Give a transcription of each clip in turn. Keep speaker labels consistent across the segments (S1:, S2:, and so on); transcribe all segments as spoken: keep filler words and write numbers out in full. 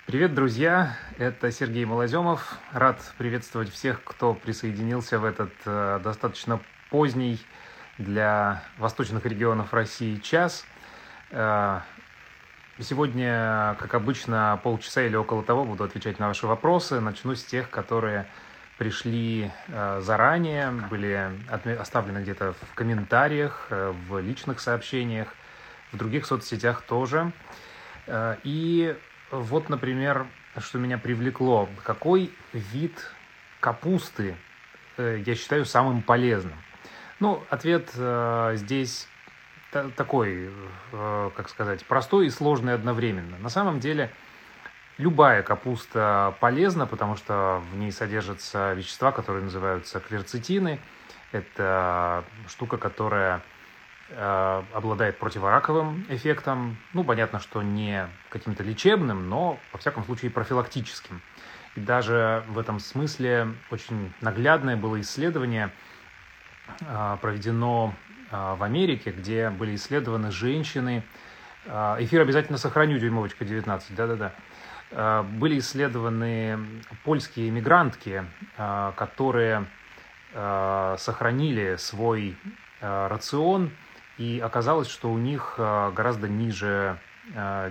S1: Привет, друзья! Это Сергей Малоземов. Рад приветствовать всех, кто присоединился в этот э, достаточно поздний для восточных регионов России час. Э, сегодня, как обычно, полчаса или около того буду отвечать на ваши вопросы. Начну с тех, которые пришли э, заранее, были отме- оставлены где-то в комментариях, э, в личных сообщениях, в других соцсетях тоже. Э, И вот, например, что меня привлекло. Какой вид капусты э, я считаю самым полезным? Ну, ответ э, здесь та- такой, э, как сказать, простой и сложный одновременно. На самом деле, любая капуста полезна, потому что в ней содержатся вещества, которые называются кверцетины. Это штука, которая э, обладает противораковым эффектом. Ну, понятно, что не каким-то лечебным, но, во всяком случае, профилактическим. И даже в этом смысле очень наглядное было исследование, э, проведено э, в Америке, где были исследованы женщины. Э, эфир обязательно сохраню, дюймовочка девятнадцать, да-да-да. Э, были исследованы польские иммигрантки, э, которые э, сохранили свой э, рацион, и оказалось, что у них э, гораздо ниже э,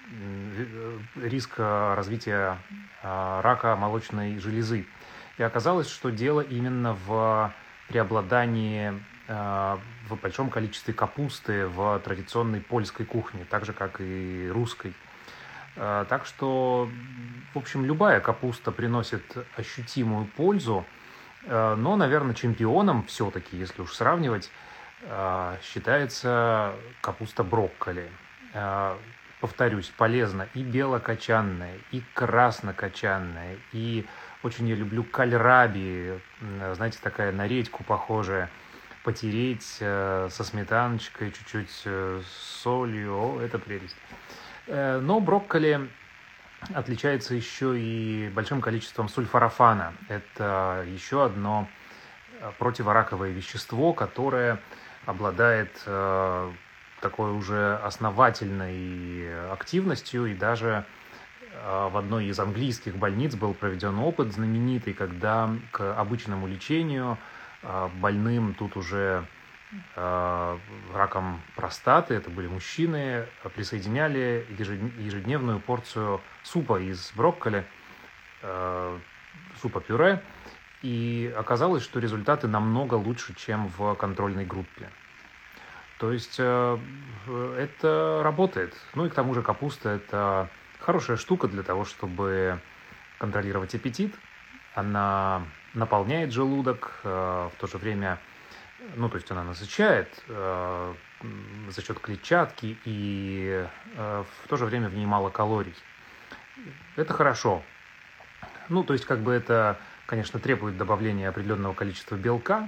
S1: риск э, развития э, рака молочной железы. И оказалось, что дело именно в преобладании э, в большом количестве капусты в традиционной польской кухне, так же, как и русской. Э, Так что, в общем, любая капуста приносит ощутимую пользу, э, но, наверное, чемпионом все-таки, если уж сравнивать, э, считается капуста брокколи. Э, Повторюсь, полезно и белокочанная, и краснокочанная, и очень я люблю кальраби, м, знаете, такая на редьку похожая, потереть э, со сметаночкой, чуть-чуть э, с солью, о, это прелесть. Э, Но брокколи отличается еще и большим количеством сульфорафана. Это еще одно э, противораковое вещество, которое обладает э, такой уже основательной активностью, и даже э, в одной из английских больниц был проведен опыт знаменитый, когда к обычному лечению э, больным тут уже э, раком простаты, это были мужчины, присоединяли ежед- ежедневную порцию супа из брокколи, э, супа-пюре, и оказалось, что результаты намного лучше, чем в контрольной группе. То есть э, это работает. Ну и к тому же капуста – это хорошая штука для того, чтобы контролировать аппетит. Она наполняет желудок, э, в то же время, ну, то есть она насыщает э, за счет клетчатки, и э, в то же время в ней мало калорий. Это хорошо. Ну, то есть как бы это, конечно, требует добавления определенного количества белка.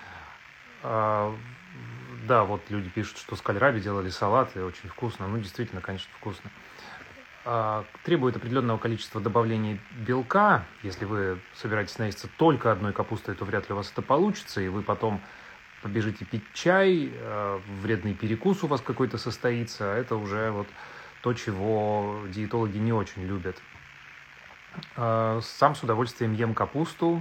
S1: А, да, вот люди пишут, что с кальраби делали салат, и очень вкусно. Ну, действительно, конечно, вкусно. А, требует определенного количества добавления белка. Если вы собираетесь наесться только одной капустой, то вряд ли у вас это получится, и вы потом побежите пить чай, э, вредный перекус у вас какой-то состоится. Это уже вот то, чего диетологи не очень любят. Э, Сам с удовольствием ем капусту.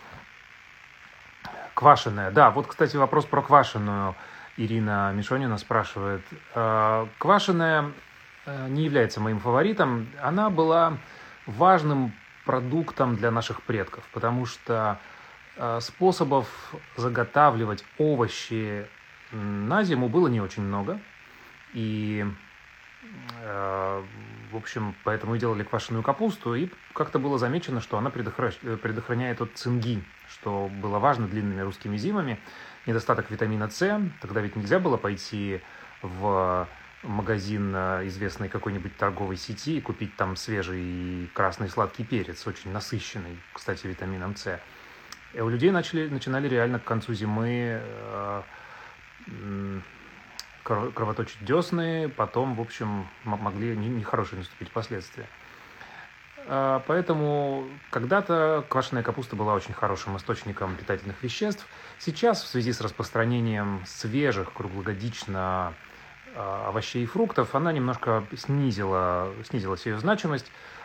S1: Квашеная, да, вот, кстати, вопрос про квашеную. Ирина Мишонина спрашивает. Э, Квашеная э, не является моим фаворитом. Она была важным продуктом для наших предков, потому что э, способов заготавливать овощи м, на зиму было не очень много. И, э, в общем, поэтому и делали квашеную капусту. И как-то было замечено, что она предохра- предохраняет от цинги, что было важно длинными русскими зимами. Недостаток витамина С. Тогда ведь нельзя было пойти в магазин э, известной какой-нибудь торговой сети и купить там свежий красный сладкий перец, очень насыщенный, кстати, витамином С. И у людей начали, начинали реально к концу зимы э, м, кро- кровоточить десны, потом, в общем, м- могли не- нехорошие наступить последствия. А, Поэтому когда-то квашеная капуста была очень хорошим источником питательных веществ. Сейчас в связи с распространением свежих круглогодично а, овощей и фруктов она немножко снизила, снизилась ее значимость.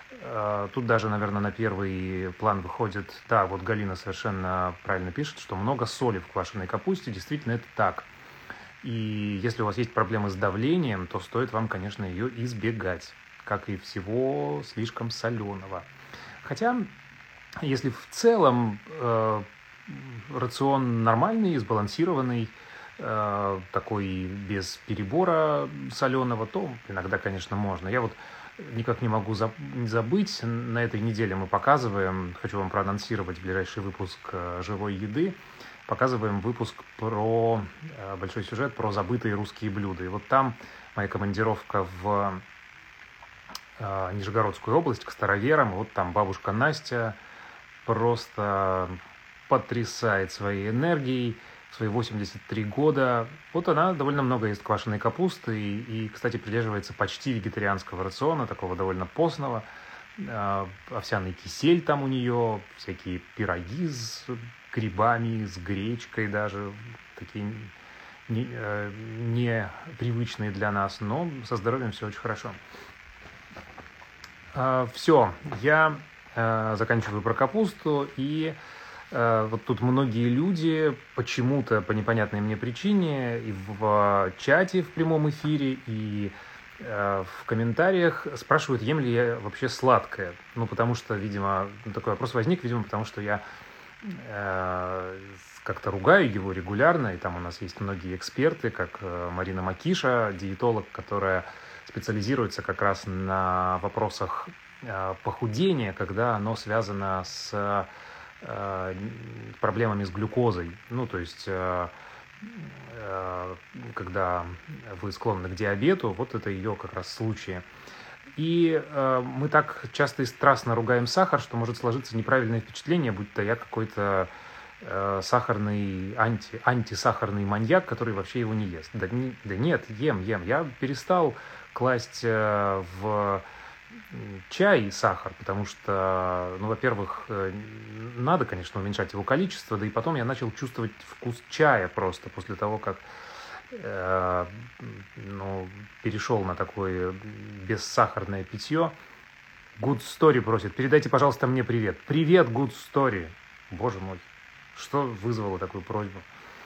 S1: Тут даже, наверное, на первый план выходит, да, вот Галина совершенно правильно пишет, что много соли в квашеной капусте, действительно это так. И если у вас есть проблемы с давлением, то стоит вам, конечно, ее избегать, как и всего слишком соленого. Хотя, если в целом э, рацион нормальный, сбалансированный, э, такой без перебора соленого, то иногда, конечно, можно. Я вот никак не могу забыть, на этой неделе мы показываем, хочу вам проанонсировать ближайший выпуск «Живой еды», показываем выпуск про большой сюжет про забытые русские блюда. И вот там моя командировка в Нижегородскую область, к староверам. Вот там бабушка Настя просто потрясает своей энергией. В свои восемьдесят три года. Вот она довольно много ест квашеной капусты и, и, кстати, придерживается почти вегетарианского рациона, такого довольно постного. Овсяный кисель там у нее, всякие пироги с грибами, с гречкой даже, такие непривычные для нас, но со здоровьем все очень хорошо. Все, я заканчиваю про капусту, и вот тут многие люди почему-то, по непонятной мне причине, и в чате в прямом эфире, и в комментариях спрашивают, ем ли я вообще сладкое. Ну, потому что, видимо, такой вопрос возник, видимо, потому что я э, как-то ругаю его регулярно, и там у нас есть многие эксперты, как Марина Макиша, диетолог, которая специализируется как раз на вопросах э, похудения, когда оно связано с э, проблемами с глюкозой. Ну, то есть... Э, когда вы склонны к диабету, вот это ее как раз случаи. И э, мы так часто и страстно ругаем сахар, что может сложиться неправильное впечатление, будто я какой-то э, сахарный, анти, антисахарный маньяк, который вообще его не ест. Да, не, да нет, ем, ем. Я перестал класть э, в чай сахар, потому что, ну, во-первых, надо, конечно, уменьшать его количество, да и потом я начал чувствовать вкус чая просто после того, как э, ну, перешел на такое бессахарное питье. Good Story просит, передайте, пожалуйста, мне привет. Привет, Good Story. Боже мой, что вызвало такую просьбу?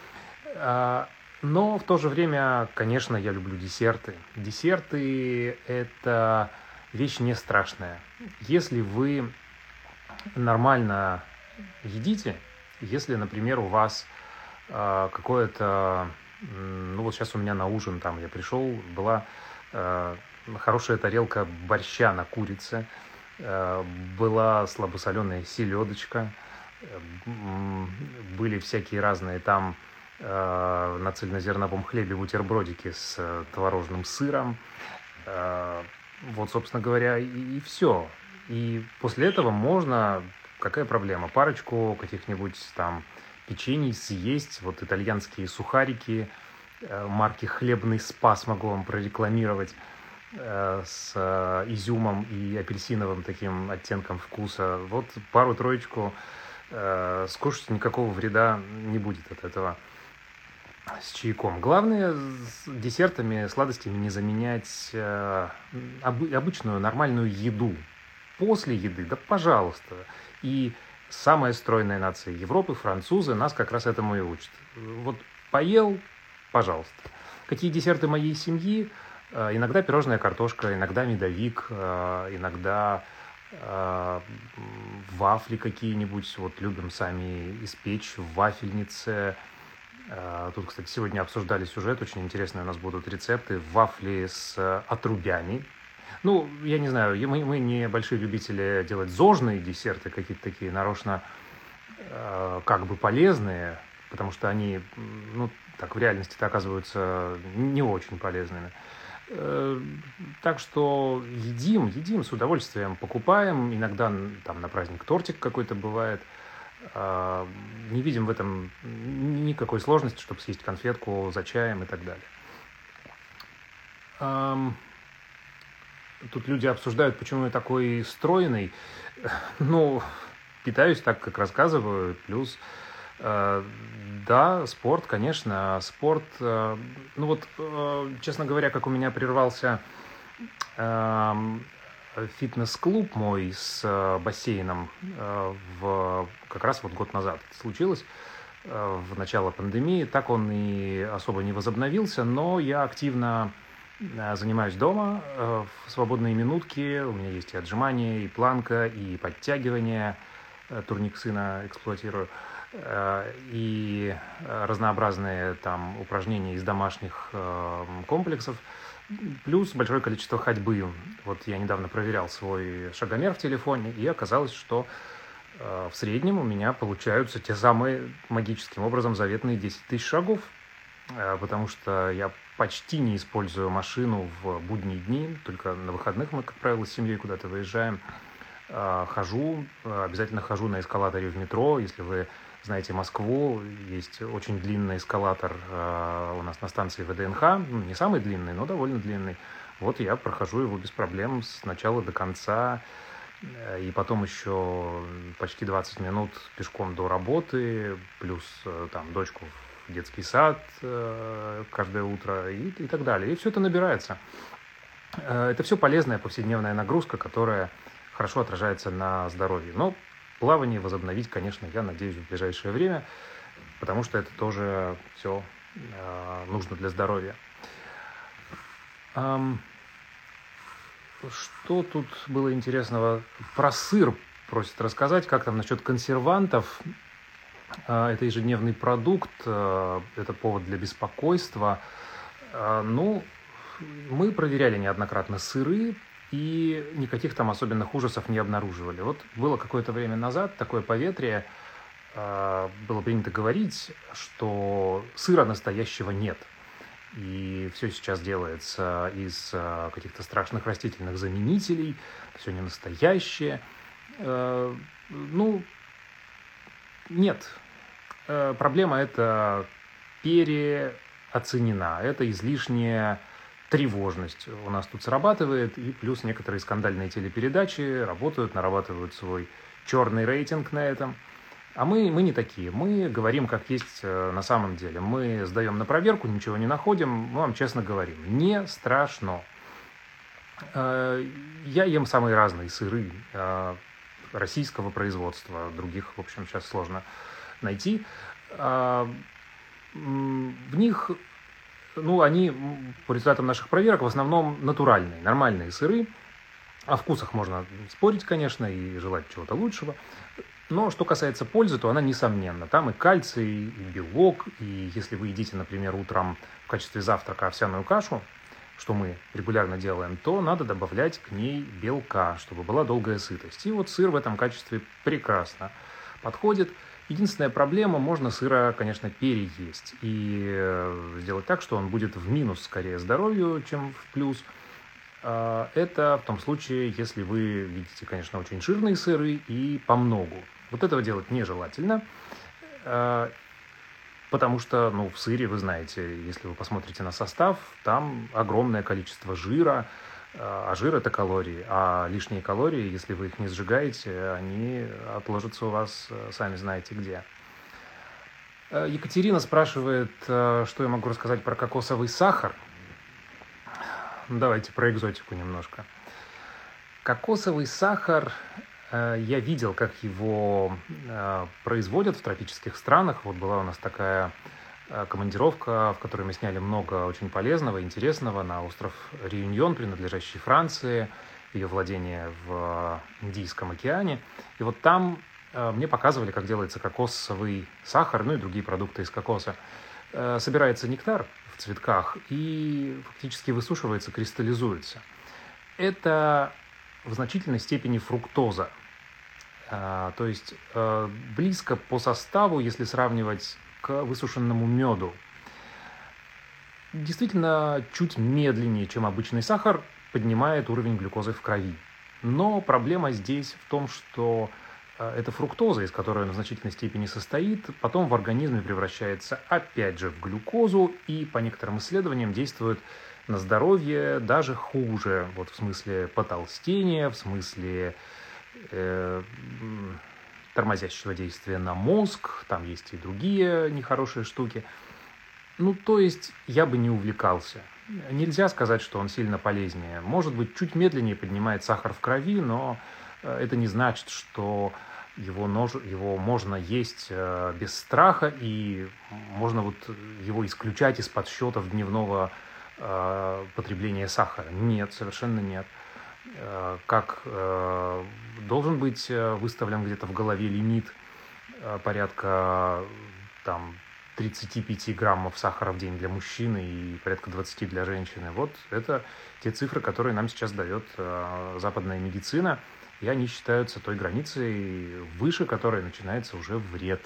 S1: А, но в то же время, конечно, я люблю десерты. Десерты – это... вещь не страшная. Если вы нормально едите, если, например, у вас э, какое-то... Ну, вот сейчас у меня на ужин, там, я пришел, была э, хорошая тарелка борща на курице, э, была слабосоленая селедочка, э, были всякие разные там э, на цельнозерновом хлебе бутербродики с э, творожным сыром, э, вот, собственно говоря, и, и все. И после этого можно, какая проблема, парочку каких-нибудь там печений съесть, вот итальянские сухарики э, марки «Хлебный спас» могу вам прорекламировать, э, с э, изюмом и апельсиновым таким оттенком вкуса. Вот пару-троечку э, скушать, никакого вреда не будет от этого. С чайком. Главное с десертами, сладостями не заменять э, об, обычную нормальную еду. После еды, да пожалуйста. И самая стройная нация Европы, французы, нас как раз этому и учат. Вот поел, пожалуйста. Какие десерты моей семьи? Э, иногда пирожная картошка, иногда медовик, э, иногда э, вафли какие-нибудь. Вот любим сами испечь в вафельнице. Тут, кстати, сегодня обсуждали сюжет, очень интересные у нас будут рецепты вафли с отрубями. Ну, я не знаю, мы, мы не большие любители делать зожные десерты, какие-то такие нарочно э, как бы полезные, потому что они, ну, так в реальности-то оказываются не очень полезными. Э, так что едим, едим с удовольствием, покупаем, иногда там на праздник тортик какой-то бывает. Не видим в этом никакой сложности, чтобы съесть конфетку за чаем и так далее. Тут люди обсуждают, почему я такой стройный. Ну, питаюсь так, как рассказываю. Плюс, да, спорт, конечно. Спорт, ну вот, честно говоря, как у меня прервался фитнес-клуб мой с бассейном в, как раз вот год назад это случилось, в начало пандемии. Так он и особо не возобновился, но я активно занимаюсь дома в свободные минутки. У меня есть и отжимания, и планка, и подтягивания. Турник сына эксплуатирую. И разнообразные там упражнения из домашних комплексов. Плюс большое количество ходьбы. Вот я недавно проверял свой шагомер в телефоне, и оказалось, что э, в среднем у меня получаются те самые магическим образом заветные десять тысяч шагов, э, потому что я почти не использую машину в будние дни, только на выходных мы, как правило, с семьей куда-то выезжаем. Э, хожу, обязательно хожу на эскалаторе в метро. Если вы знаете Москву, есть очень длинный эскалатор э, у нас на станции ВДНХ, ну, не самый длинный, но довольно длинный. Вот я прохожу его без проблем с начала до конца, э, и потом еще почти двадцать минут пешком до работы, плюс э, там дочку в детский сад э, каждое утро и, и так далее. И все это набирается. Э, это все полезная повседневная нагрузка, которая хорошо отражается на здоровье. Но плавание возобновить, конечно, я надеюсь, в ближайшее время, потому что это тоже все э, нужно для здоровья. Эм, что тут было интересного? Про сыр просят рассказать, как там насчет консервантов. Э, это ежедневный продукт, э, это повод для беспокойства. Э, ну, мы проверяли неоднократно сыры, и никаких там особенных ужасов не обнаруживали. Вот было какое-то время назад такое поветрие, э, было принято говорить, что сыра настоящего нет. И все сейчас делается из э, каких-то страшных растительных заменителей, все не настоящее. Э, ну, нет. Э, проблема эта переоценена. Это излишняя тревожность у нас тут срабатывает, и плюс некоторые скандальные телепередачи работают, нарабатывают свой черный рейтинг на этом. А мы, мы не такие. Мы говорим, как есть на самом деле. Мы сдаем на проверку, ничего не находим, мы вам честно говорим. Не страшно. Я ем самые разные сыры российского производства. Других, в общем, сейчас сложно найти. В них... Ну, они по результатам наших проверок в основном натуральные, нормальные сыры. О вкусах можно спорить, конечно, и желать чего-то лучшего. Но что касается пользы, то она несомненна. Там и кальций, и белок. И если вы едите, например, утром в качестве завтрака овсяную кашу, что мы регулярно делаем, то надо добавлять к ней белка, чтобы была долгая сытость. И вот сыр в этом качестве прекрасно подходит. Единственная проблема, можно сыра, конечно, переесть и сделать так, что он будет в минус скорее здоровью, чем в плюс. Это в том случае, если вы видите, конечно, очень жирные сыры и помногу. Вот этого делать нежелательно, потому что, ну, в сыре, вы знаете, если вы посмотрите на состав, там огромное количество жира, а жир – это калории, а лишние калории, если вы их не сжигаете, они отложатся у вас сами знаете где. Екатерина спрашивает, что я могу рассказать про кокосовый сахар. Давайте про экзотику немножко. Кокосовый сахар, я видел, как его производят в тропических странах. Вот была у нас такая командировка, в которой мы сняли много очень полезного, интересного на остров Реюньон, принадлежащий Франции, ее владение в Индийском океане. И вот там мне показывали, как делается кокосовый сахар, ну и другие продукты из кокоса. Собирается нектар в цветках и фактически высушивается, кристаллизуется. Это в значительной степени фруктоза. То есть близко по составу, если сравнивать к высушенному меду. Действительно, чуть медленнее, чем обычный сахар, поднимает уровень глюкозы в крови. Но проблема здесь в том, что эта фруктоза, из которой он в значительной степени состоит, потом в организме превращается опять же в глюкозу и, по некоторым исследованиям, действует на здоровье даже хуже. Вот в смысле потолстения, в смысле э, тормозящего действия на мозг, там есть и другие нехорошие штуки. Ну, то есть я бы не увлекался. нельзя сказать, что он сильно полезнее. Может быть, чуть медленнее поднимает сахар в крови, но это не значит, что его, нож, его можно есть без страха и можно вот его исключать из подсчетов дневного потребления сахара. Нет, совершенно нет. Как должен быть выставлен где-то в голове лимит порядка там, тридцать пять граммов сахара в день для мужчины и порядка двадцать для женщины. Вот это те цифры, которые нам сейчас дает западная медицина, и они считаются той границей, выше которой начинается уже вред.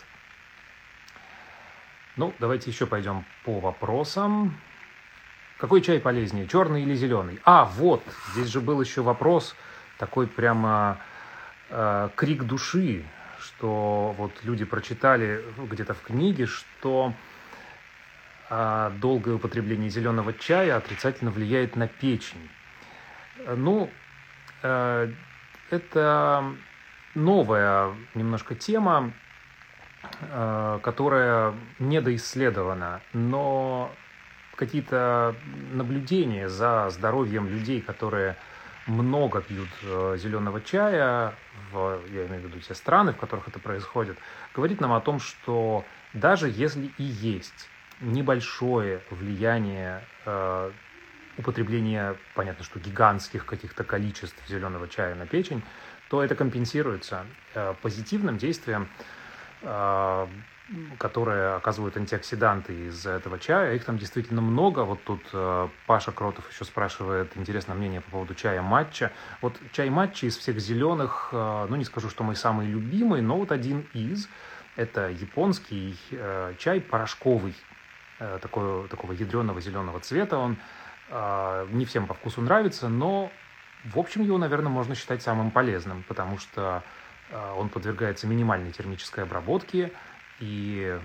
S1: Ну, давайте еще пойдем по вопросам. Какой чай полезнее, черный или зеленый? А, вот, здесь же был еще вопрос, такой прямо э, крик души, что вот люди прочитали где-то в книге, что э, долгое употребление зеленого чая отрицательно влияет на печень. Ну, э, это новая немножко тема, э, которая недоисследована, но какие-то наблюдения за здоровьем людей, которые много пьют э, зеленого чая, в, я имею в виду те страны, в которых это происходит, говорит нам о том, что даже если и есть небольшое влияние э, употребления, понятно, что гигантских каких-то количеств зеленого чая на печень, то это компенсируется э, позитивным действием, э, которые оказывают антиоксиданты из этого чая. Их там действительно много. Вот тут э, Паша Кротов еще спрашивает интересное мнение по поводу чая матча. Вот чай матча из всех зеленых, э, ну не скажу, что мой самый любимый, но вот один из. Это японский э, чай порошковый, э, такой, такого ядреного зеленого цвета. Он э, не всем по вкусу нравится, но в общем его, наверное, можно считать самым полезным, потому что э, он подвергается минимальной термической обработке, и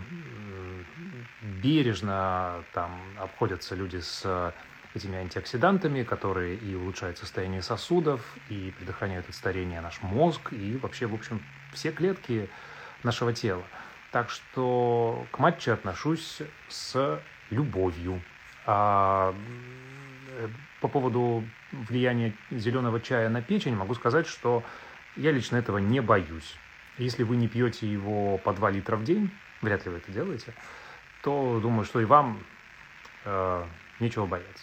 S1: бережно там обходятся люди с этими антиоксидантами, которые и улучшают состояние сосудов, и предохраняют от старения наш мозг, и вообще, в общем, все клетки нашего тела. Так что к матче отношусь с любовью. А по поводу влияния зеленого чая на печень могу сказать, что я лично этого не боюсь. Если вы не пьете его по два литра в день, вряд ли вы это делаете, то думаю, что и вам э, нечего бояться.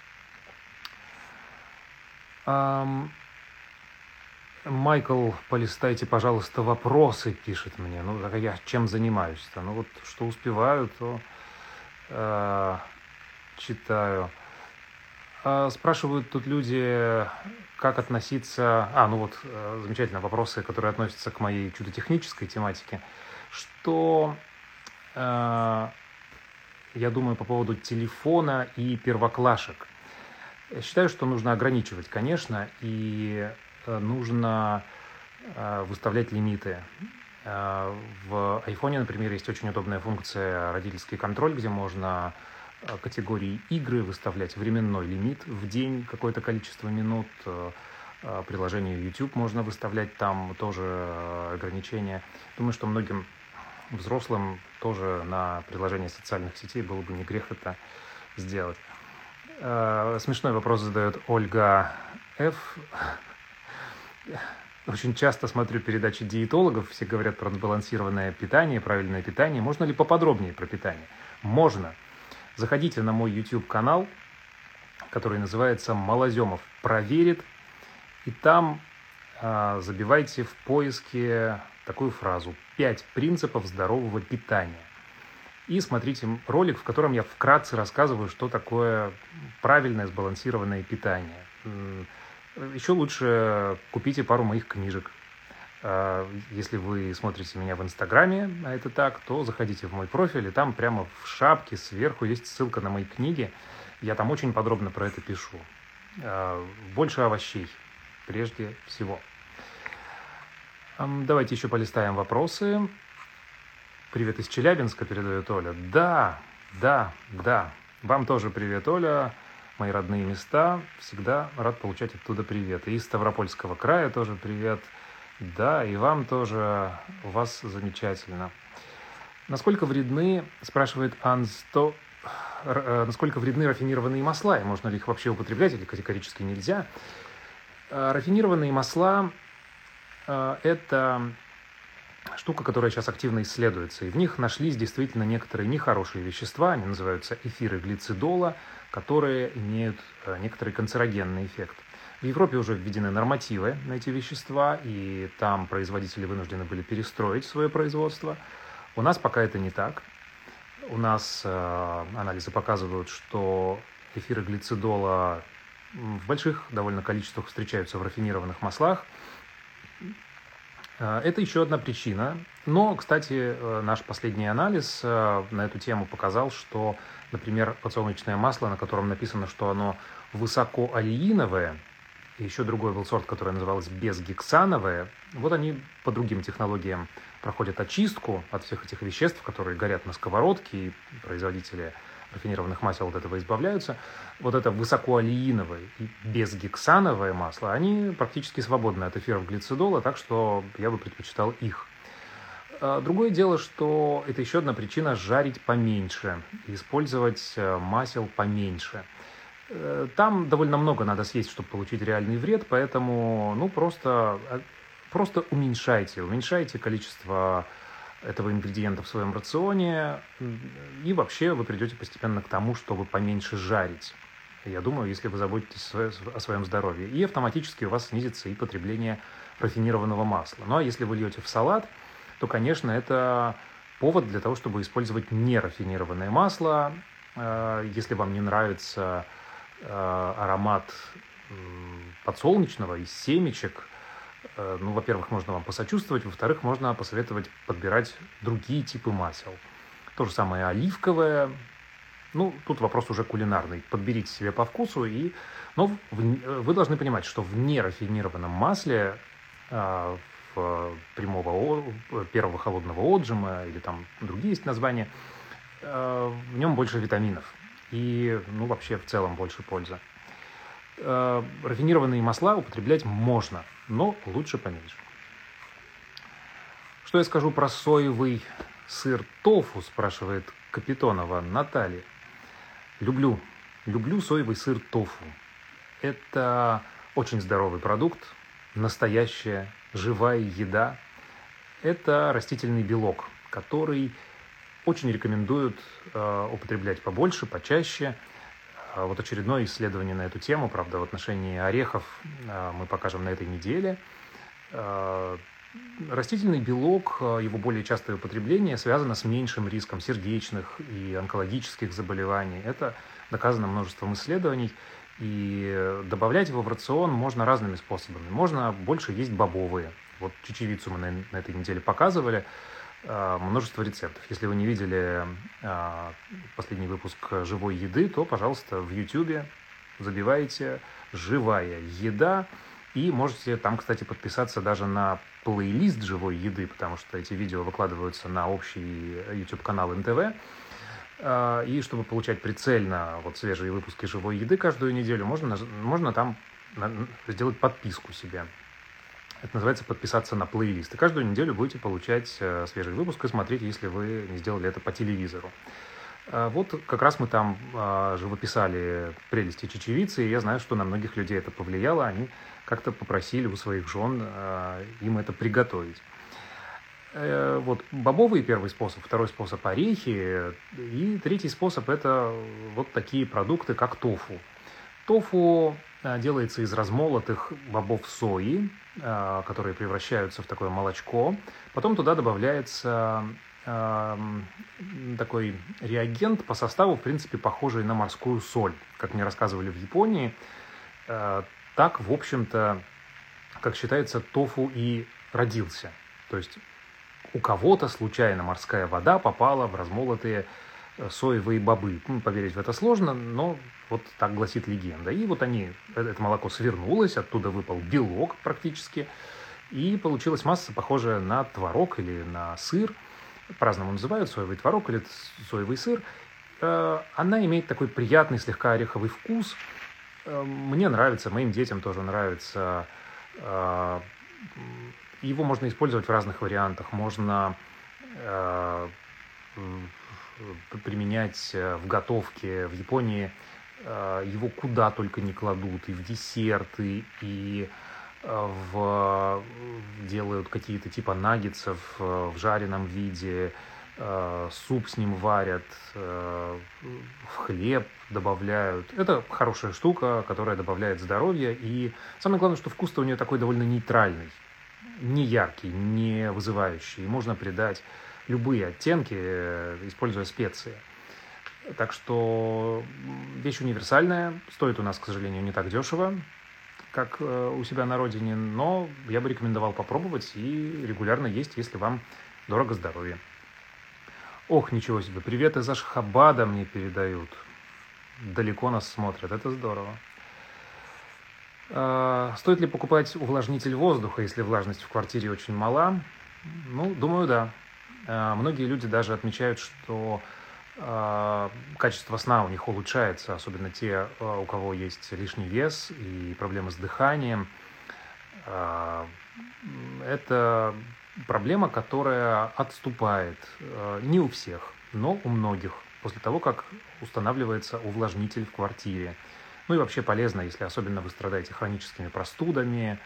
S1: Эм, Майкл, полистайте, пожалуйста, вопросы, пишет мне. Ну, так я чем занимаюсь-то? Ну, вот что успеваю, то э, читаю. Э, спрашивают тут люди, как относиться... А, ну вот, э, замечательно, вопросы, которые относятся к моей чудо-технической тематике. Что, э, я думаю, по поводу телефона и первоклашек. Я считаю, что нужно ограничивать, конечно, и э, нужно э, выставлять лимиты. Э, в айфоне, например, есть очень удобная функция «Родительский контроль», где можно категории игры выставлять временной лимит в день, какое-то количество минут. Приложение YouTube можно выставлять там тоже ограничения. Думаю, что многим взрослым тоже на приложение социальных сетей было бы не грех это сделать. Смешной вопрос задает Ольга Ф. Очень часто смотрю передачи диетологов, все говорят про сбалансированное питание, правильное питание. Можно ли поподробнее про питание? Можно. Заходите на мой YouTube-канал, который называется «Малоземов проверит», и там э, забивайте в поиске такую фразу «пять принципов здорового питания». И смотрите ролик, в котором я вкратце рассказываю, что такое правильное сбалансированное питание. Еще лучше купите пару моих книжек. Если вы смотрите меня в Инстаграме, а это так, то заходите в мой профиль, и там прямо в шапке сверху есть ссылка на мои книги. Я там очень подробно про это пишу. Больше овощей, прежде всего. Давайте еще полистаем вопросы. Привет из Челябинска, передает Оля. Да, да, да. Вам тоже привет, Оля. Мои родные места. Всегда рад получать оттуда привет. И из Ставропольского края тоже привет. Да, и вам тоже, у вас замечательно. Насколько вредны, спрашивает Ан сто насколько вредны рафинированные масла, и можно ли их вообще употреблять, или категорически нельзя. Рафинированные масла – это штука, которая сейчас активно исследуется, и в них нашлись действительно некоторые нехорошие вещества, они называются эфиры глицидола, которые имеют некоторый канцерогенный эффект. В Европе уже введены нормативы на эти вещества, и там производители вынуждены были перестроить свое производство. У нас пока это не так. У нас э, анализы показывают, что эфиры глицидола в больших довольно количествах встречаются в рафинированных маслах. Э, это еще одна причина. Но, кстати, э, наш последний анализ э, на эту тему показал, что, например, подсолнечное масло, на котором написано, что оно высокоолеиновое, и еще другой был сорт, который назывался безгексановое. Вот они по другим технологиям проходят очистку от всех этих веществ, которые горят на сковородке, и производители рафинированных масел от этого избавляются. Вот это высокоолеиновое и безгексановое масло, они практически свободны от эфиров глицидола, так что я бы предпочитал их. Другое дело, что это еще одна причина жарить поменьше, использовать масел поменьше. Там довольно много надо съесть, чтобы получить реальный вред, поэтому ну, просто, просто уменьшайте, уменьшайте количество этого ингредиента в своем рационе, и вообще вы придете постепенно к тому, чтобы поменьше жарить. Я думаю, если вы заботитесь о своем здоровье. И автоматически у вас снизится и потребление рафинированного масла. Ну а если вы льете в салат, то, конечно, это повод для того, чтобы использовать нерафинированное масло. Если вам не нравится аромат подсолнечного из семечек, ну, во-первых, можно вам посочувствовать, во-вторых, можно посоветовать подбирать другие типы масел. То же самое оливковое. Ну, тут вопрос уже кулинарный. Подберите себе по вкусу. И... Но вы должны понимать, что в нерафинированном масле в прямого первого холодного отжима или там другие есть названия, в нем больше витаминов. И, ну, вообще в целом больше пользы. Э, рафинированные масла употреблять можно, но лучше поменьше. Что я скажу про соевый сыр тофу, спрашивает Капитонова Наталья. Люблю, люблю соевый сыр тофу. Это очень здоровый продукт, настоящая живая еда. Это растительный белок, который очень рекомендуют э, употреблять побольше, почаще. Э, вот очередное исследование на эту тему, правда, в отношении орехов э, мы покажем на этой неделе. Э, растительный белок, э, его более частое употребление связано с меньшим риском сердечных и онкологических заболеваний. Это доказано множеством исследований. И добавлять его в рацион можно разными способами. Можно больше есть бобовые. Вот чечевицу мы на, на этой неделе показывали. Множество рецептов. Если вы не видели а, последний выпуск «Живой еды», то, пожалуйста, в Ютубе забивайте «Живая еда», и можете там, кстати, подписаться даже на плейлист «Живой еды», потому что эти видео выкладываются на общий YouTube-канал эн тэ вэ. А, и чтобы получать прицельно вот свежие выпуски «Живой еды» каждую неделю, можно, можно там сделать подписку себе. Это называется подписаться на плейлист. И каждую неделю будете получать э, свежий выпуск и смотреть, если вы не сделали это по телевизору. Э, вот как раз мы там э, живописали прелести чечевицы, и я знаю, что на многих людей это повлияло. Они как-то попросили у своих жен э, им это приготовить. Э, вот бобовый первый способ, второй способ орехи, и третий способ это вот такие продукты, как тофу. Тофу делается из размолотых бобов сои, которые превращаются в такое молочко. Потом туда добавляется э, такой реагент по составу, в принципе, похожий на морскую соль. Как мне рассказывали в Японии, э, так, в общем-то, как считается, тофу и родился. То есть у кого-то случайно морская вода попала в размолотые соевые бобы. Ну, поверить в это сложно, но вот так гласит легенда. И вот они, это молоко свернулось, оттуда выпал белок практически, и получилась масса, похожая на творог или на сыр. По-разному называют, соевый творог или соевый сыр. Она имеет такой приятный, слегка ореховый вкус. Мне нравится, моим детям тоже нравится. Его можно использовать в разных вариантах. Можно применять в готовке. В Японии его куда только не кладут, и в десерты, и в... делают какие-то типа наггетсов в жареном виде, суп с ним варят, в хлеб добавляют. Это хорошая штука, которая добавляет здоровья, и самое главное, что вкус-то у нее такой довольно нейтральный, не яркий, не вызывающий. Можно придать любые оттенки, используя специи. Так что вещь универсальная, стоит у нас, к сожалению, не так дешево, как у себя на родине, но я бы рекомендовал попробовать и регулярно есть, если вам дорого здоровье. Ох, ничего себе, привет из Ашхабада мне передают. Далеко нас смотрят, это здорово. А, стоит ли покупать увлажнитель воздуха, если влажность в квартире очень мала? Ну, думаю, да. А, многие люди даже отмечают, что а, качество сна у них улучшается, особенно те, у кого есть лишний вес и проблемы с дыханием. А, это проблема, которая отступает не у всех, но у многих после того, как устанавливается увлажнитель в квартире. Ну и вообще полезно, если особенно вы страдаете хроническими простудами,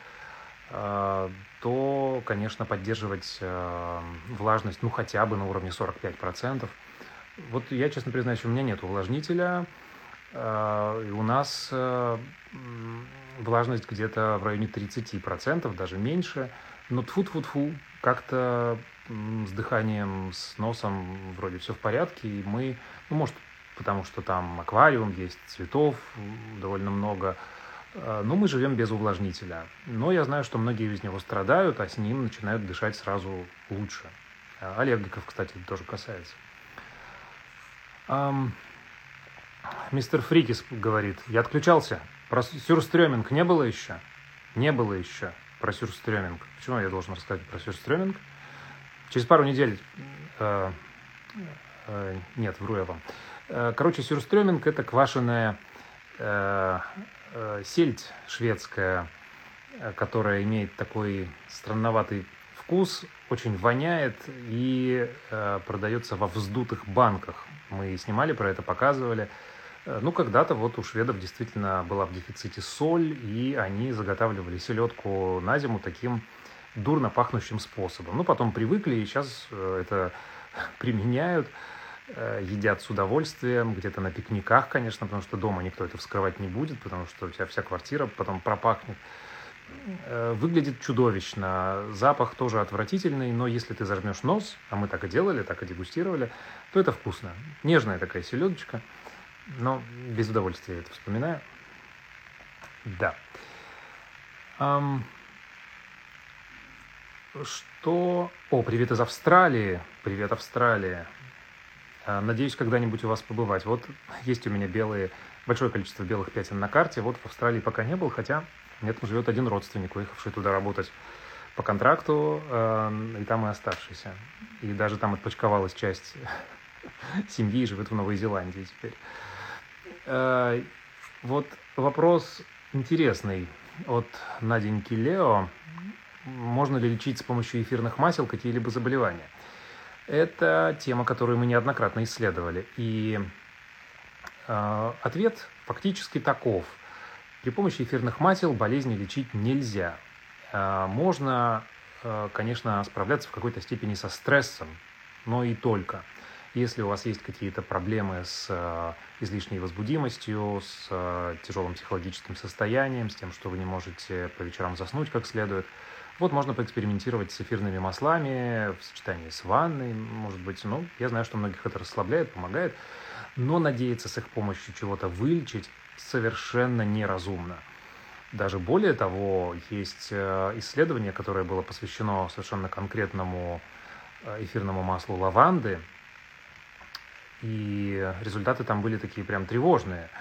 S1: то, конечно, поддерживать влажность ну хотя бы на уровне сорок пять процентов. Вот я, честно признаюсь, у меня нет увлажнителя, и у нас влажность где-то в районе тридцать процентов, даже меньше. Но тфу-тфу-тфу, как-то с дыханием, с носом вроде все в порядке. И мы, ну, может, потому что там аквариум есть, цветов довольно много, но мы живем без увлажнителя. Но я знаю, что многие из него страдают, а с ним начинают дышать сразу лучше. Аллергиков, кстати, это тоже касается. Um, мистер Фрикис говорит, я отключался. Про сюрстрёминг не было еще? Не было еще. Про сюрстрёминг. Почему я должен рассказать про сюрстрёминг? Через пару недель... Э, э, нет, вру я вам. Э, короче, сюрстрёминг – это квашеная э, э, сельдь шведская, которая имеет такой странноватый вкус, очень воняет и э, продается во вздутых банках. Мы снимали про это, показывали. Ну, когда-то вот у шведов действительно была в дефиците соль, и они заготавливали селедку на зиму таким дурно пахнущим способом. Ну, потом привыкли, и сейчас это применяют, едят с удовольствием, где-то на пикниках, конечно, потому что дома никто это вскрывать не будет, потому что у тебя вся квартира потом пропахнет. Выглядит чудовищно, запах тоже отвратительный, но если ты зажмешь нос, а мы так и делали, так и дегустировали, то это вкусно. Нежная такая селедочка. Но без удовольствия я это вспоминаю. Да. Um, что... О, привет из Австралии. Привет, Австралия. Uh, надеюсь, когда-нибудь у вас побывать. Вот есть у меня белые, большое количество белых пятен на карте. Вот в Австралии пока не был, хотя нет, там живет один родственник, уехавший туда работать по контракту, uh, и там и оставшийся. И даже там отпочковалась часть семьи и живет в Новой Зеландии теперь. Вот вопрос интересный от Наденьки Лео. Можно ли лечить с помощью эфирных масел какие-либо заболевания? Это тема, которую мы неоднократно исследовали. И э, ответ фактически таков. При помощи эфирных масел болезни лечить нельзя. Э, можно, э, конечно, справляться в какой-то степени со стрессом, но и только. Если у вас есть какие-то проблемы с э, излишней возбудимостью, с э, тяжелым психологическим состоянием, с тем, что вы не можете по вечерам заснуть как следует, вот можно поэкспериментировать с эфирными маслами в сочетании с ванной, может быть. Ну, я знаю, что многих это расслабляет, помогает, но надеяться с их помощью чего-то вылечить совершенно неразумно. Даже более того, есть исследование, которое было посвящено совершенно конкретному эфирному маслу лаванды, и результаты там были такие прям тревожные.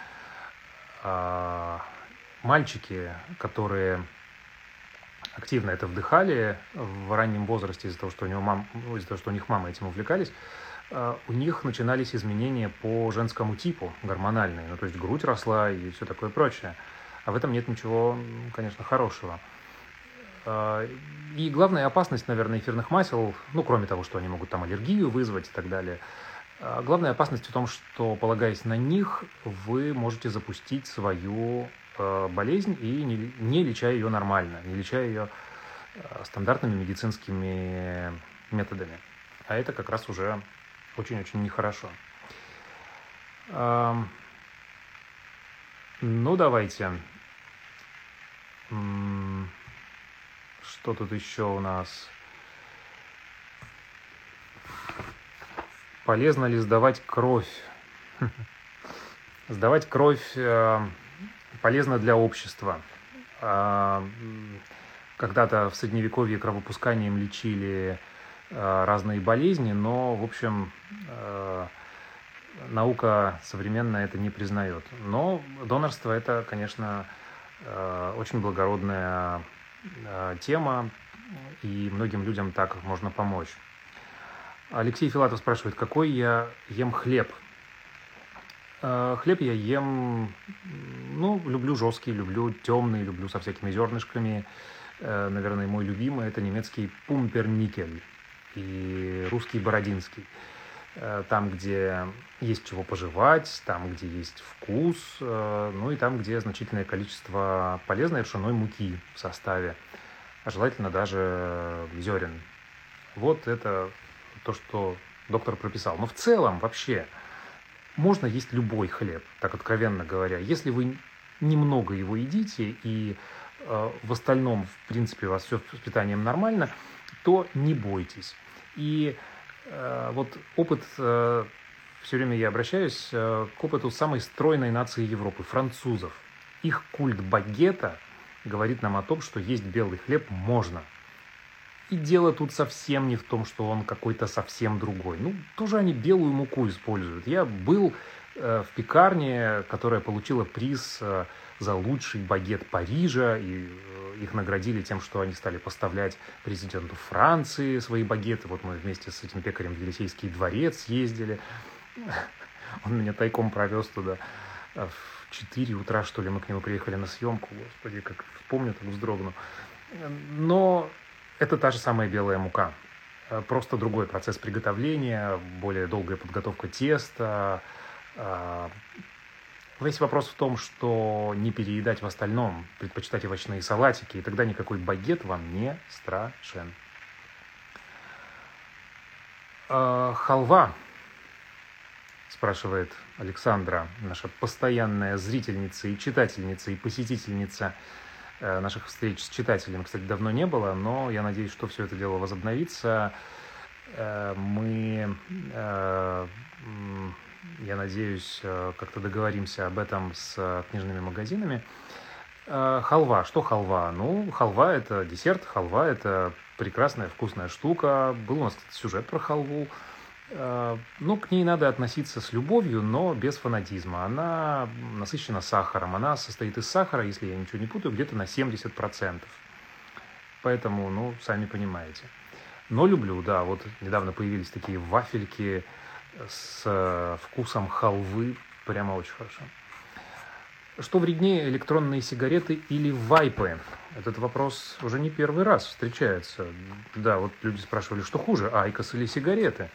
S1: Мальчики, которые активно это вдыхали в раннем возрасте из-за того, что у, него мам, из-за того, что у них мамы этим увлекались, у них начинались изменения по женскому типу, гормональные. Ну, то есть грудь росла и все такое прочее. А в этом нет ничего, конечно, хорошего. И главная опасность, наверное, эфирных масел, ну, кроме того, что они могут там аллергию вызвать и так далее, Главная опасность в том, что, полагаясь на них, вы можете запустить свою болезнь и не, не леча ее нормально, не леча ее стандартными медицинскими методами. А это как раз уже очень-очень нехорошо. Ну, давайте. Что тут еще у нас? Полезно ли сдавать кровь? Сдавать кровь полезно для общества. Когда-то в Средневековье кровопусканием лечили разные болезни, но, в общем, наука современная это не признает. Но донорство – это, конечно, очень благородная тема, и многим людям так можно помочь. Алексей Филатов спрашивает, какой я ем хлеб? Хлеб я ем, ну, люблю жесткий, люблю темный, люблю со всякими зернышками. Наверное, мой любимый – это немецкий пумперникель и русский бородинский. Там, где есть чего пожевать, там, где есть вкус, ну и там, где значительное количество полезной ржаной муки в составе, а желательно даже зерен. Вот это то, что доктор прописал. Но в целом вообще можно есть любой хлеб, так откровенно говоря. Если вы немного его едите и э, в остальном, в принципе, у вас все с питанием нормально, то не бойтесь. И э, вот опыт, э, все время я обращаюсь э, к опыту самой стройной нации Европы, французов. Их культ багета говорит нам о том, что есть белый хлеб можно. И дело тут совсем не в том, что он какой-то совсем другой. Ну, тоже они белую муку используют. Я был э, в пекарне, которая получила приз э, за лучший багет Парижа, и э, их наградили тем, что они стали поставлять президенту Франции свои багеты. Вот мы вместе с этим пекарем в Елисейский дворец ездили. Он меня тайком провез туда. В четыре утра, что ли, мы к нему приехали на съемку. Господи, как вспомню, так вздрогну. Но это та же самая белая мука. Просто другой процесс приготовления, более долгая подготовка теста. Весь вопрос в том, что не переедать в остальном, предпочитать овощные салатики, и тогда никакой багет вам не страшен. Халва, спрашивает Александра, наша постоянная зрительница и читательница, и посетительница наших встреч с читателями, кстати, давно не было, но я надеюсь, что все это дело возобновится. Мы, я надеюсь, как-то договоримся об этом с книжными магазинами. Халва. Что халва? Ну, халва – это десерт, халва – это прекрасная, вкусная штука. Был у нас, кстати, сюжет про халву. Ну, к ней надо относиться с любовью, но без фанатизма. Она насыщена сахаром. Она состоит из сахара, если я ничего не путаю, где-то на семьдесят процентов. Поэтому, ну, сами понимаете. Но люблю, да. Вот недавно появились такие вафельки с вкусом халвы. Прямо очень хорошо. Что вреднее, электронные сигареты или вайпы? Этот вопрос уже не первый раз встречается. Да, вот люди спрашивали, что хуже, айкос или сигареты?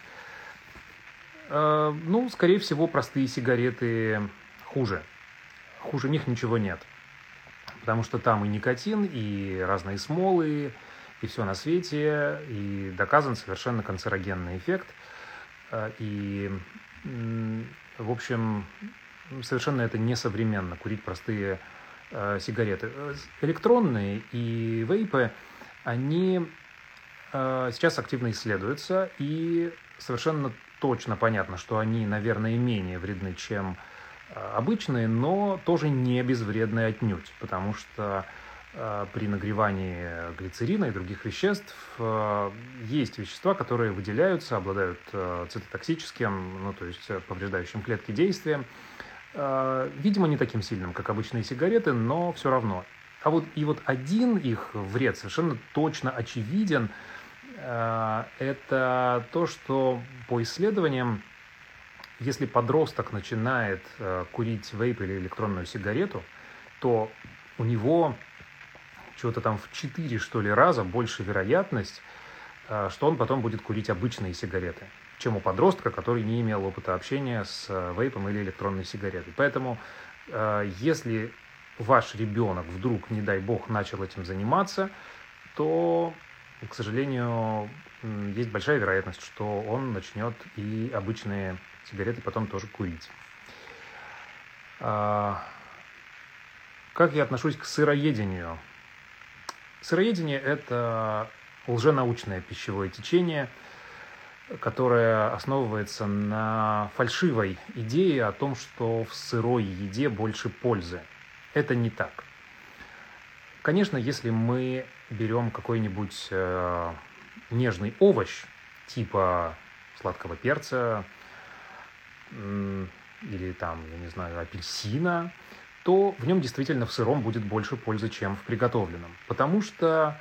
S1: Ну, скорее всего, простые сигареты хуже. Хуже них ничего нет. Потому что там и никотин, и разные смолы, и все на свете, и доказан совершенно канцерогенный эффект. И, в общем, совершенно это несовременно, курить простые сигареты. Электронные и вейпы, они сейчас активно исследуются, и совершенно точно понятно, что они, наверное, менее вредны, чем обычные, но тоже не безвредны отнюдь, потому что э, при нагревании глицерина и других веществ э, есть вещества, которые выделяются, обладают э, цитотоксическим, ну, то есть повреждающим клетки действием, э, видимо, не таким сильным, как обычные сигареты, но все равно. А вот и вот один их вред совершенно точно очевиден. Это то, что по исследованиям, если подросток начинает курить вейп или электронную сигарету, то у него что-то там в четыре, что ли, раза больше вероятность, что он потом будет курить обычные сигареты. чем у подростка, который не имел опыта общения с вейпом или электронной сигаретой. Поэтому, если ваш ребенок вдруг, не дай бог, начал этим заниматься, то, к сожалению, есть большая вероятность, что он начнет и обычные сигареты потом тоже курить. Как я отношусь к сыроедению? Сыроедение – это лженаучное пищевое течение, которое основывается на фальшивой идее о том, что в сырой еде больше пользы. Это не так. Конечно, если мы берем какой-нибудь э, нежный овощ, типа сладкого перца э, или там, я не знаю, апельсина, то в нем действительно в сыром будет больше пользы, чем в приготовленном. Потому что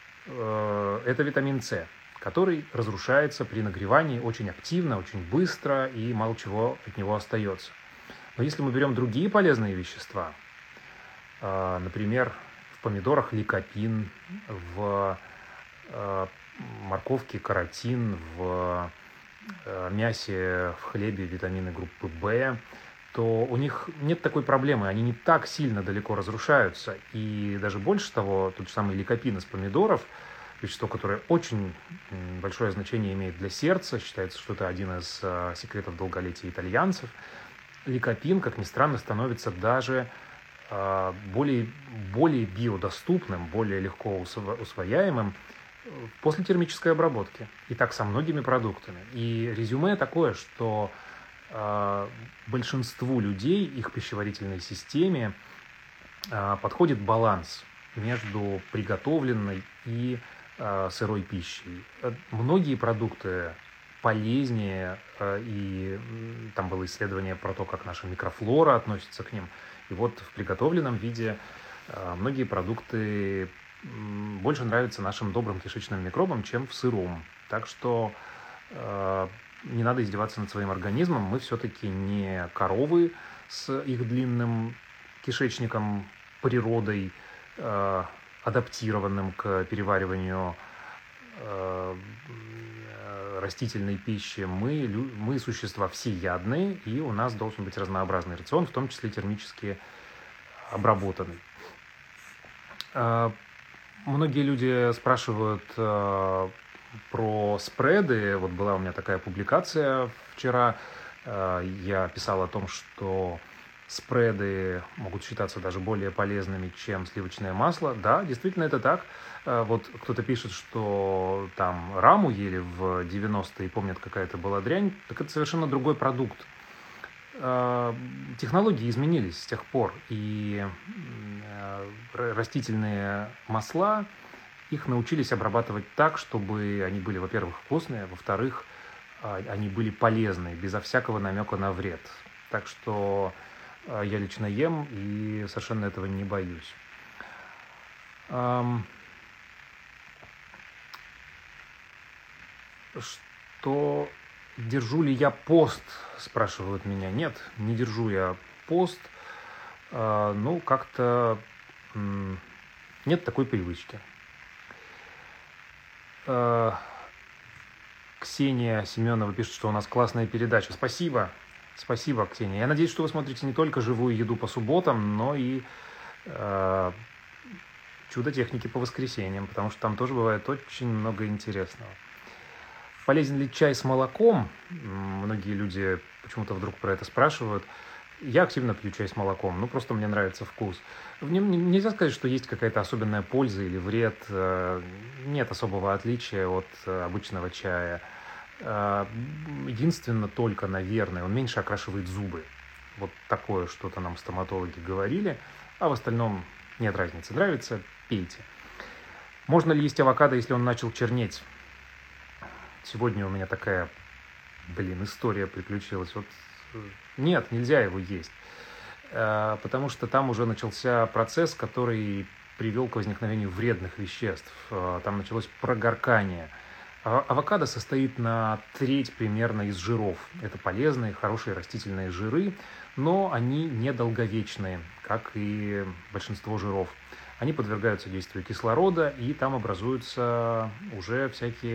S1: э, это витамин С, который разрушается при нагревании очень активно, очень быстро, и мало чего от него остается. Но если мы берем другие полезные вещества, э, например, в помидорах ликопин, в э, морковке каротин, в э, мясе, в хлебе витамины группы В, то у них нет такой проблемы, они не так сильно далеко разрушаются. И даже больше того, тот же самый ликопин из помидоров, вещество, которое очень большое значение имеет для сердца, считается, что это один из э, секретов долголетия итальянцев, ликопин, как ни странно, становится даже более, более биодоступным, более легко усвояемым после термической обработки. И так со многими продуктами. И резюме такое, что э, большинству людей, их пищеварительной системе э, подходит баланс между приготовленной и э, сырой пищей. Многие продукты полезнее, э, и э, там было исследование про то, как наша микрофлора относится к ним. И вот в приготовленном виде э, многие продукты э, больше нравятся нашим добрым кишечным микробам, чем в сыром. Так что э, не надо издеваться над своим организмом. Мы все-таки не коровы с их длинным кишечником, природой, э, адаптированным к перевариванию э, растительной пищи. Мы, мы существа всеядные, и у нас должен быть разнообразный рацион, в том числе термически обработанный. Многие люди спрашивают про спреды. Вот была у меня такая публикация вчера. Я писал о том, что спреды могут считаться даже более полезными, чем сливочное масло. Да, действительно это так. Вот кто-то пишет, что там раму ели в девяностые, помнят, какая-то была дрянь. Так это совершенно другой продукт. Технологии изменились с тех пор, и растительные масла, их научились обрабатывать так, чтобы они были, во-первых, вкусные, во-вторых, они были полезные, безо всякого намека на вред. Так что я лично ем и совершенно этого не боюсь. Что держу ли я пост, спрашивают меня. Нет, не держу я пост. Ну, как-то нет такой привычки. Ксения Семенова пишет, что у нас классная передача. Спасибо. Спасибо, Ксения. Я надеюсь, что вы смотрите не только живую еду по субботам, но и э, чудо техники по воскресеньям, потому что там тоже бывает очень много интересного. Полезен ли чай с молоком? Многие люди почему-то вдруг про это спрашивают. Я активно пью чай с молоком, ну просто мне нравится вкус. В нем нельзя сказать, что есть какая-то особенная польза или вред. Нет особого отличия от обычного чая. Единственное только, наверное, он меньше окрашивает зубы. Вот такое что-то нам стоматологи говорили, а в остальном нет разницы. Нравится – пейте. Можно ли есть авокадо, если он начал чернеть? Сегодня у меня такая, блин, история приключилась. Вот нет, нельзя его есть, потому что там уже начался процесс, который привел к возникновению вредных веществ. Там началось прогоркание. Авокадо состоит на треть примерно из жиров. Это полезные, хорошие растительные жиры, но они недолговечные, как и большинство жиров. Они подвергаются действию кислорода, и там образуются уже всякие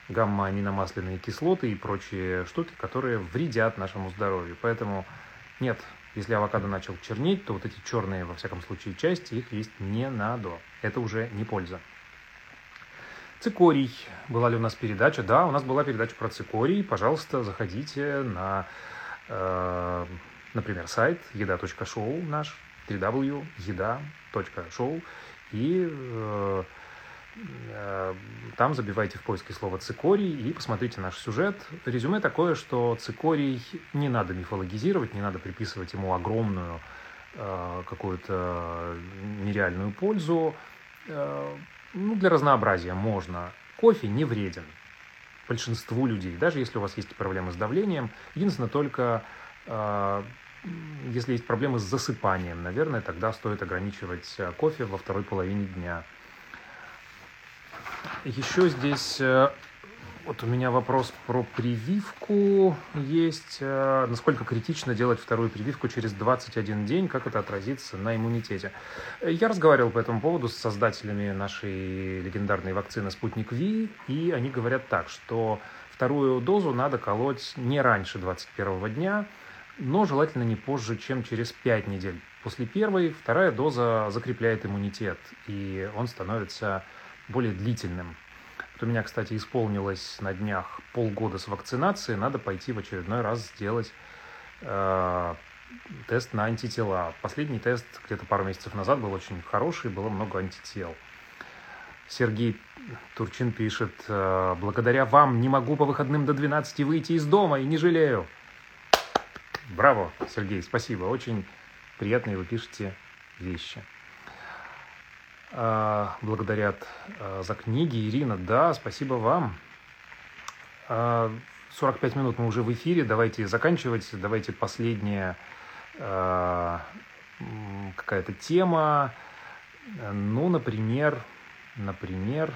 S1: гамма-аминомасляные кислоты и прочие штуки, которые вредят нашему здоровью. Поэтому нет, если авокадо начал чернеть, то вот эти черные, во всяком случае, части, их есть не надо. Это уже не польза. Цикорий. Была ли у нас передача? Да, у нас была передача про цикорий. Пожалуйста, заходите на, э, например, сайт еда точка шоу наш, дабл ю дабл ю дабл ю точка еда точка шоу, и э, э, там забивайте в поиске слово цикорий и посмотрите наш сюжет. Резюме такое, что цикорий не надо мифологизировать, не надо приписывать ему огромную э, какую-то нереальную пользу. Э, Ну, для разнообразия можно. Кофе не вреден большинству людей, даже если у вас есть проблемы с давлением. Единственное, только э, если есть проблемы с засыпанием, наверное, тогда стоит ограничивать кофе во второй половине дня. Еще здесь э, вот у меня вопрос про прививку есть. Э, насколько критично делать вторую прививку через двадцать один день, как это отразится на иммунитете? Я разговаривал по этому поводу с создателями нашей легендарной вакцины «Спутник Ви», и они говорят так, что вторую дозу надо колоть не раньше двадцать первого дня, но желательно не позже, чем через пять недель. После первой вторая доза закрепляет иммунитет, и он становится более длительным. Вот у меня, кстати, исполнилось на днях полгода с вакцинации, надо пойти в очередной раз сделать э, тест на антитела. Последний тест где-то пару месяцев назад был очень хороший, было много антител. Сергей Турчин пишет: благодаря вам не могу по выходным до двенадцати выйти из дома и не жалею. Браво, Сергей, спасибо. Очень приятные вы пишете вещи. Благодарят за книги. Ирина, да, спасибо вам. сорок пять минут мы уже в эфире, давайте заканчивать. Давайте последняя какая-то тема. Ну, например, например,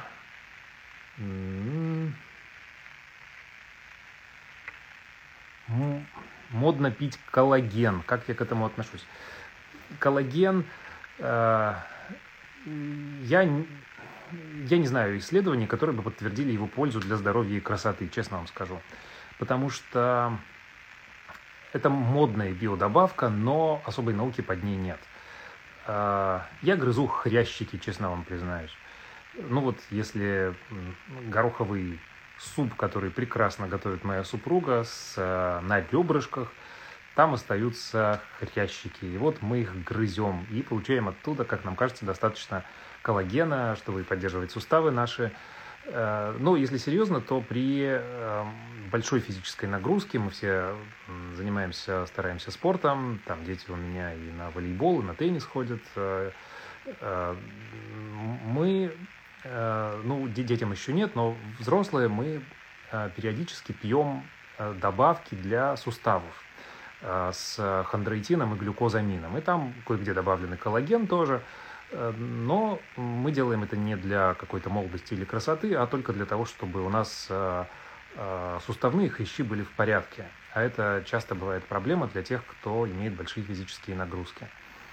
S1: модно пить коллаген. Как я к этому отношусь? Коллаген, э, я, я не знаю исследований, которые бы подтвердили его пользу для здоровья и красоты, честно вам скажу. Потому что это модная биодобавка, но особой науки под ней нет. Э, я грызу хрящики, честно вам признаюсь. Ну вот, если гороховый суп, который прекрасно готовит моя супруга, с, на ребрышках, там остаются хрящики. И вот мы их грызем и получаем оттуда, как нам кажется, достаточно коллагена, чтобы поддерживать суставы наши. Но если серьезно, то при большой физической нагрузке, мы все занимаемся, стараемся спортом, там дети у меня и на волейбол, и на теннис ходят, мы... Ну, детям еще нет, но взрослые мы периодически пьем добавки для суставов с хондроитином и глюкозамином. И там кое-где добавленный коллаген тоже, но мы делаем это не для какой-то молодости или красоты, а только для того, чтобы у нас суставные хрящи были в порядке. А это часто бывает проблема для тех, кто имеет большие физические нагрузки.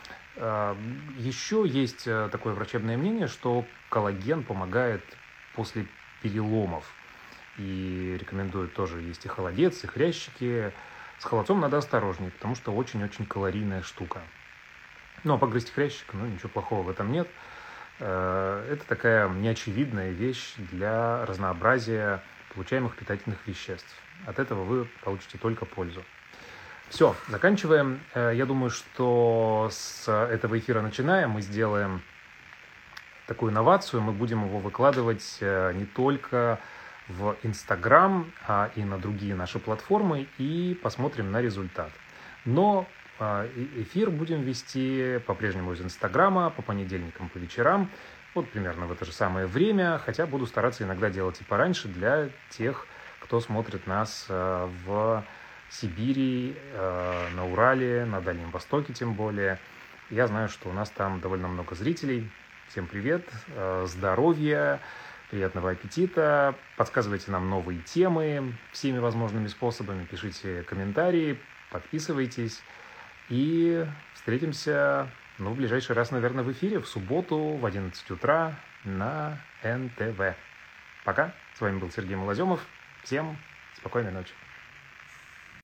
S1: Еще есть такое врачебное мнение, что коллаген помогает после переломов. И рекомендуют тоже есть и холодец, и хрящики. С холодцом надо осторожнее, потому что очень-очень калорийная штука. Ну, а погрызть хрящик, ну, ничего плохого в этом нет. Это такая неочевидная вещь для разнообразия получаемых питательных веществ. От этого вы получите только пользу. Все, заканчиваем. Я думаю, что с этого эфира начиная мы сделаем такую инновацию. Мы будем его выкладывать не только в Инстаграм, а и на другие наши платформы, и посмотрим на результат. Но эфир будем вести по-прежнему из Инстаграма, по понедельникам, по вечерам, вот примерно в это же самое время, хотя буду стараться иногда делать и пораньше для тех, кто смотрит нас в Сибири, э, на Урале, на Дальнем Востоке тем более. Я знаю, что у нас там довольно много зрителей. Всем привет, э, здоровья, приятного аппетита. Подсказывайте нам новые темы всеми возможными способами. Пишите комментарии, подписывайтесь. И встретимся, ну, в ближайший раз, наверное, в эфире в субботу в одиннадцать утра на эн тэ вэ. Пока. С вами был Сергей Малоземов. Всем спокойной ночи.